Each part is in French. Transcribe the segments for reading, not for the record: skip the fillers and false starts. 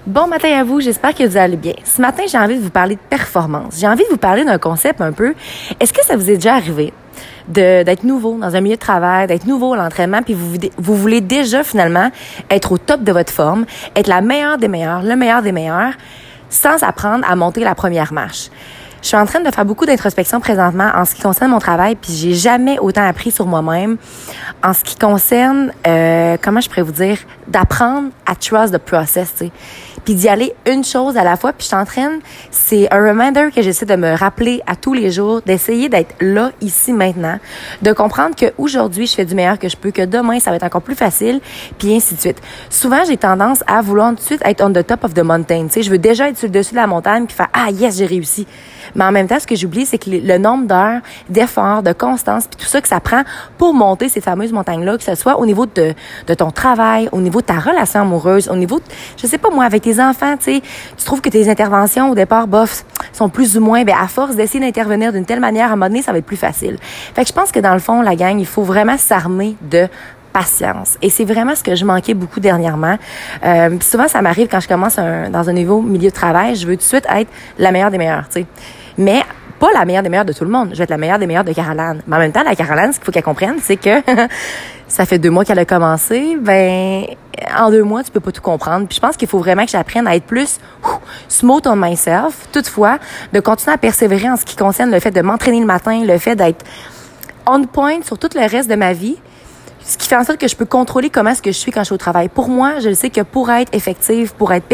Bon matin à vous, j'espère que vous allez bien. Ce matin, j'ai envie de vous parler de performance. J'ai envie de vous parler d'un concept un peu. Est-ce que ça vous est déjà arrivé d'être nouveau dans un milieu de travail, d'être nouveau à l'entraînement, puis vous voulez déjà finalement être au top de votre forme, être la meilleure des meilleures, le meilleur des meilleurs, sans apprendre à monter la première marche? Je suis en train de faire beaucoup d'introspection présentement en ce qui concerne mon travail, puis j'ai jamais autant appris sur moi-même en ce qui concerne, comment je pourrais vous dire, d'apprendre à trust the process, tu sais, puis d'y aller une chose à la fois. Puis je suis en train, c'est un reminder que j'essaie de me rappeler à tous les jours, d'essayer d'être là, ici, maintenant, de comprendre qu'aujourd'hui, je fais du meilleur que je peux, que demain, ça va être encore plus facile, puis ainsi de suite. Souvent, j'ai tendance à vouloir tout de suite être on the top of the mountain, tu sais, je veux déjà être sur le dessus de la montagne, puis faire « Ah, yes, j'ai réussi ». Mais en même temps, ce que j'oublie, c'est que le nombre d'heures, d'efforts, de constance, puis tout ça que ça prend pour monter ces fameuses montagnes-là, que ce soit au niveau de ton travail, au niveau de ta relation amoureuse, au niveau, je sais pas moi, avec tes enfants, tu sais, tu trouves que tes interventions au départ, bof, sont plus ou moins, à force d'essayer d'intervenir d'une telle manière, à un moment donné, ça va être plus facile. Fait que je pense que dans le fond, la gang, il faut vraiment s'armer de patience. Et c'est vraiment ce que je manquais beaucoup dernièrement. Souvent, ça m'arrive quand je commence dans un nouveau milieu de travail, je veux tout de suite être la meilleure des meilleures, tu sais. Mais pas la meilleure des meilleures de tout le monde. Je vais être la meilleure des meilleures de Caroline. Mais en même temps, la Caroline, ce qu'il faut qu'elle comprenne, c'est que ça fait 2 mois qu'elle a commencé. En 2 mois, tu peux pas tout comprendre. Puis je pense qu'il faut vraiment que j'apprenne à être plus smooth on myself. Toutefois, de continuer à persévérer en ce qui concerne le fait de m'entraîner le matin, le fait d'être on point sur tout le reste de ma vie. Ce qui fait en sorte que je peux contrôler comment est-ce que je suis quand je suis au travail. Pour moi, je sais que pour être effective, pour être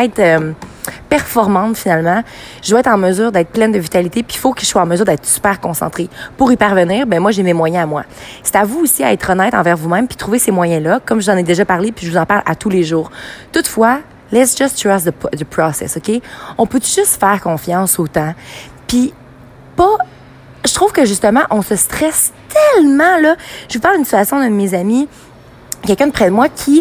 performante finalement, je dois être en mesure d'être pleine de vitalité, puis il faut que je sois en mesure d'être super concentrée. Pour y parvenir, moi j'ai mes moyens à moi. C'est à vous aussi à être honnête envers vous-même puis trouver ces moyens-là, comme je vous en ai déjà parlé puis je vous en parle à tous les jours. Toutefois, let's just trust the process, OK? On peut juste faire confiance au temps, puis pas. Je trouve que justement, on se stresse tellement, là. Je vous parle d'une situation d'un de mes amis, quelqu'un de près de moi qui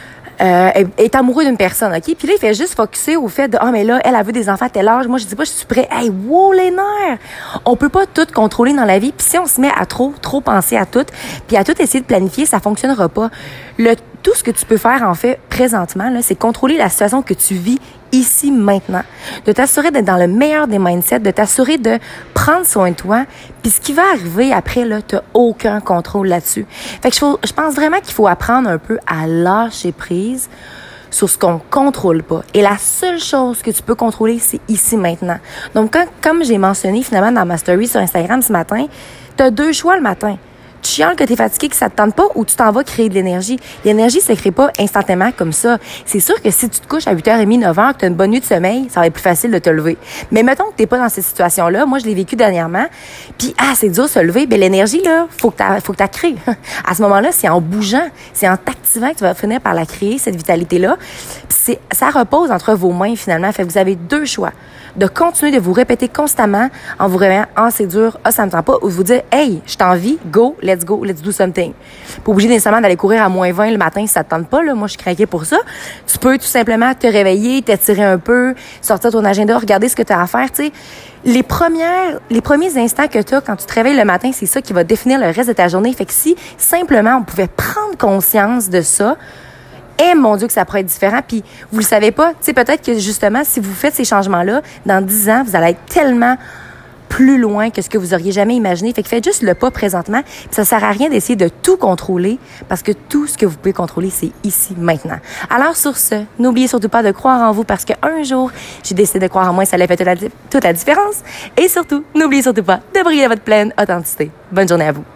est amoureux d'une personne, OK? Puis là, il fait juste focusser au fait de « Ah, mais là, elle a vu des enfants à tel âge. Moi, je dis pas, je suis prêt. Hey, wow, les nerfs! » On peut pas tout contrôler dans la vie. Puis si on se met à trop penser à tout, puis à tout essayer de planifier, ça fonctionnera pas. Tout ce que tu peux faire, en fait, présentement, là, c'est contrôler la situation que tu vis ici, maintenant. De t'assurer d'être dans le meilleur des mindsets, de t'assurer de prendre soin de toi. Puis ce qui va arriver après, là, t'as aucun contrôle là-dessus. Fait que je pense vraiment qu'il faut apprendre un peu à lâcher prise sur ce qu'on contrôle pas. Et la seule chose que tu peux contrôler, c'est ici, maintenant. Donc, comme j'ai mentionné finalement dans ma story sur Instagram ce matin, t'as 2 choix le matin. Tu chiales que t'es fatigué, que ça te tente pas, ou tu t'en vas créer de l'énergie. L'énergie se crée pas instantanément comme ça. C'est sûr que si tu te couches à 8h30, 9h, que t'as une bonne nuit de sommeil, ça va être plus facile de te lever. Mais mettons que t'es pas dans cette situation-là. Moi, je l'ai vécu dernièrement. Puis, c'est dur de se lever. L'énergie, là, faut que t'as crées. À ce moment-là, c'est en bougeant, c'est en t'activant que tu vas finir par la créer, cette vitalité-là. Puis ça repose entre vos mains, finalement. Fait que vous avez 2 choix. De continuer de vous répéter constamment en vous réveillant, c'est dur, ça me tente pas, ou de vous dire, hey, je t'envie, go, let's do something. Pas obligé nécessairement d'aller courir à -20 le matin si ça te tente pas, là. Moi, je suis craquée pour ça. Tu peux tout simplement te réveiller, t'étirer un peu, sortir ton agenda, regarder ce que tu as à faire, tu sais. Les premiers instants que tu as quand tu te réveilles le matin, c'est ça qui va définir le reste de ta journée. Fait que si, simplement, on pouvait prendre conscience de ça, mon Dieu, que ça pourrait être différent. Puis, vous le savez pas. Tu sais, peut-être que, justement, si vous faites ces changements-là, dans 10 ans, vous allez être tellement plus loin que ce que vous auriez jamais imaginé. Fait que faites juste le pas présentement. Puis ça sert à rien d'essayer de tout contrôler parce que tout ce que vous pouvez contrôler, c'est ici, maintenant. Alors, sur ce, n'oubliez surtout pas de croire en vous parce qu'un jour, j'ai décidé de croire en moi et ça a fait toute la différence. Et surtout, n'oubliez surtout pas de briller à votre pleine authenticité. Bonne journée à vous.